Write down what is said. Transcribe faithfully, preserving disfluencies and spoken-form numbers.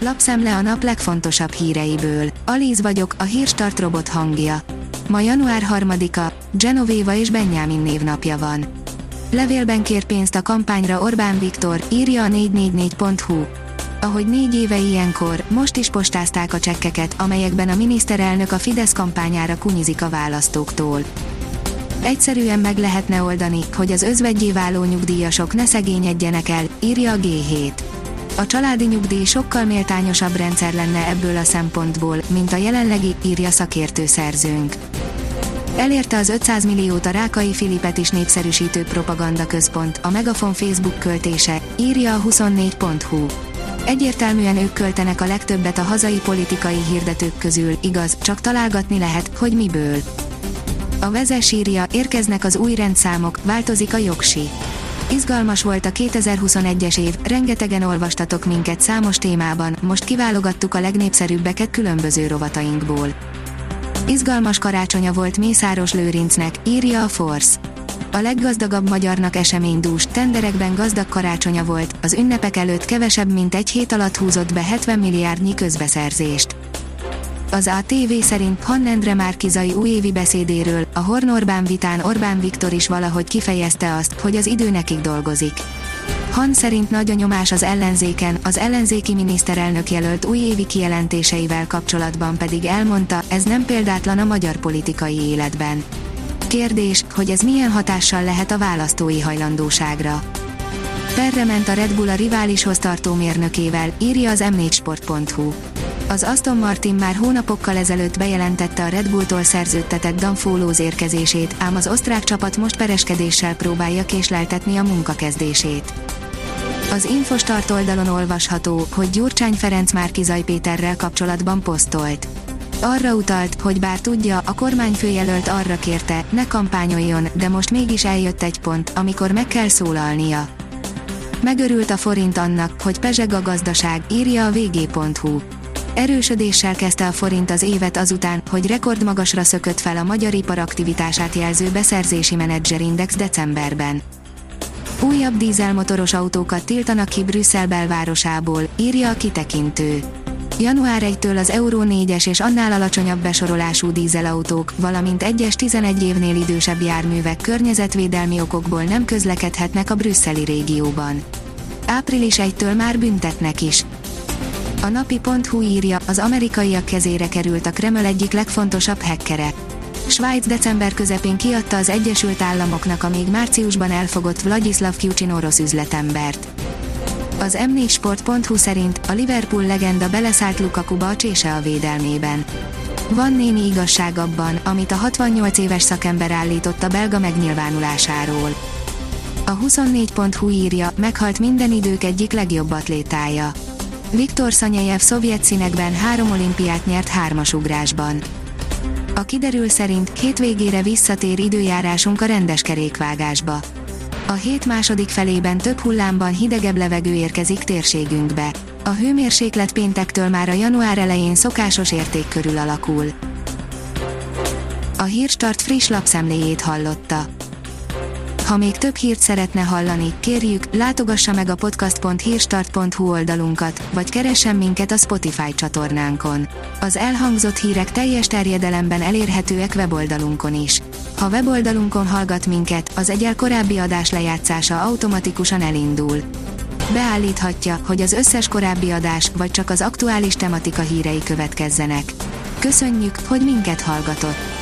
Lapszemle a nap legfontosabb híreiből. Alíz vagyok, a Hírstart robot hangja. Ma január harmadika, Genovéva és Benjamin névnapja van. Levélben kér pénzt a kampányra Orbán Viktor, írja a négy négy négy pont hu. Ahogy négy éve ilyenkor, most is postázták a csekkeket, amelyekben a miniszterelnök a Fidesz kampányára kunyizik a választóktól. Egyszerűen meg lehetne oldani, hogy az özveggyé váló nyugdíjasok ne szegényedjenek el, írja a gé hét. A családi nyugdíj sokkal méltányosabb rendszer lenne ebből a szempontból, mint a jelenlegi, írja szakértő szerzőnk. Elérte az ötszáz milliót a Rákai Filipet is népszerűsítő propagandaközpont, a Megafon Facebook költése, írja a huszonnégy pont hu. Egyértelműen ők költenek a legtöbbet a hazai politikai hirdetők közül, igaz, csak találgatni lehet, hogy miből. A Vezes írja, érkeznek az új rendszámok, változik a jogsi. Izgalmas volt a kétezer-huszonegyes év, rengetegen olvastatok minket számos témában, most kiválogattuk a legnépszerűbbeket különböző rovatainkból. Izgalmas karácsonya volt Mészáros Lőrincnek, írja a Force. A leggazdagabb magyarnak eseménydús, tenderekben gazdag karácsonya volt, az ünnepek előtt kevesebb mint egy hét alatt húzott be hetven milliárdnyi közbeszerzést. Az á té vé szerint Han Endre Márki-Zay újévi beszédéről, a Horn Orbán vitán Orbán Viktor is valahogy kifejezte azt, hogy az idő nekik dolgozik. Han szerint nagy a nyomás az ellenzéken, az ellenzéki miniszterelnök jelölt újévi kijelentéseivel kapcsolatban pedig elmondta, ez nem példátlan a magyar politikai életben. Kérdés, hogy ez milyen hatással lehet a választói hajlandóságra. Perre ment a Red Bull a riválishoz tartó mérnökével, írja az em négy sport pont hu. Az Aston Martin már hónapokkal ezelőtt bejelentette a Red Bulltól szerződtetett Dan Follows érkezését, ám az osztrák csapat most pereskedéssel próbálja késleltetni a munkakezdését. Az Infostart oldalon olvasható, hogy Gyurcsány Ferenc Márki-Zay Péterrel kapcsolatban posztolt. Arra utalt, hogy bár tudja, a kormányfőjelölt arra kérte, ne kampányoljon, de most mégis eljött egy pont, amikor meg kell szólalnia. Megörült a forint annak, hogy pezseg a gazdaság, írja a vé gé pont hu. Erősödéssel kezdte a forint az évet azután, hogy rekordmagasra szökött fel a magyar ipar aktivitását jelző beszerzési menedzserindex decemberben. Újabb dízelmotoros autókat tiltanak ki Brüsszel belvárosából, írja a kitekintő. január elsejétől az Euró négyes és annál alacsonyabb besorolású dízelautók, valamint egyes tizenegy évnél idősebb járművek környezetvédelmi okokból nem közlekedhetnek a brüsszeli régióban. április elsejétől már büntetnek is. A napi pont hu írja, az amerikaiak kezére került a Kreml egyik legfontosabb hackere. Svájc december közepén kiadta az Egyesült Államoknak a még márciusban elfogott Vladislav Kyucsin orosz üzletembert. Az em négy sport pont hu szerint a Liverpool legenda beleszállt Lukakuba a csése védelmében. Van némi igazság abban, amit a hatvannyolc éves szakember állított a belga megnyilvánulásáról. A huszonnégy pont hu írja, meghalt minden idők egyik legjobb atlétája. Viktor Szanyejev szovjet színekben három olimpiát nyert hármasugrásban. A kiderül szerint hétvégére visszatér időjárásunk a rendes kerékvágásba. A hét második felében több hullámban hidegebb levegő érkezik térségünkbe. A hőmérséklet péntektől már a január elején szokásos érték körül alakul. A Hírstart friss lapszemléjét hallotta. Ha még több hírt szeretne hallani, kérjük, látogassa meg a podcast pont hírstart pont hu oldalunkat, vagy keressen minket a Spotify csatornánkon. Az elhangzott hírek teljes terjedelemben elérhetőek weboldalunkon is. Ha weboldalunkon hallgat minket, az egyel korábbi adás lejátszása automatikusan elindul. Beállíthatja, hogy az összes korábbi adás, vagy csak az aktuális tematika hírei következzenek. Köszönjük, hogy minket hallgatott!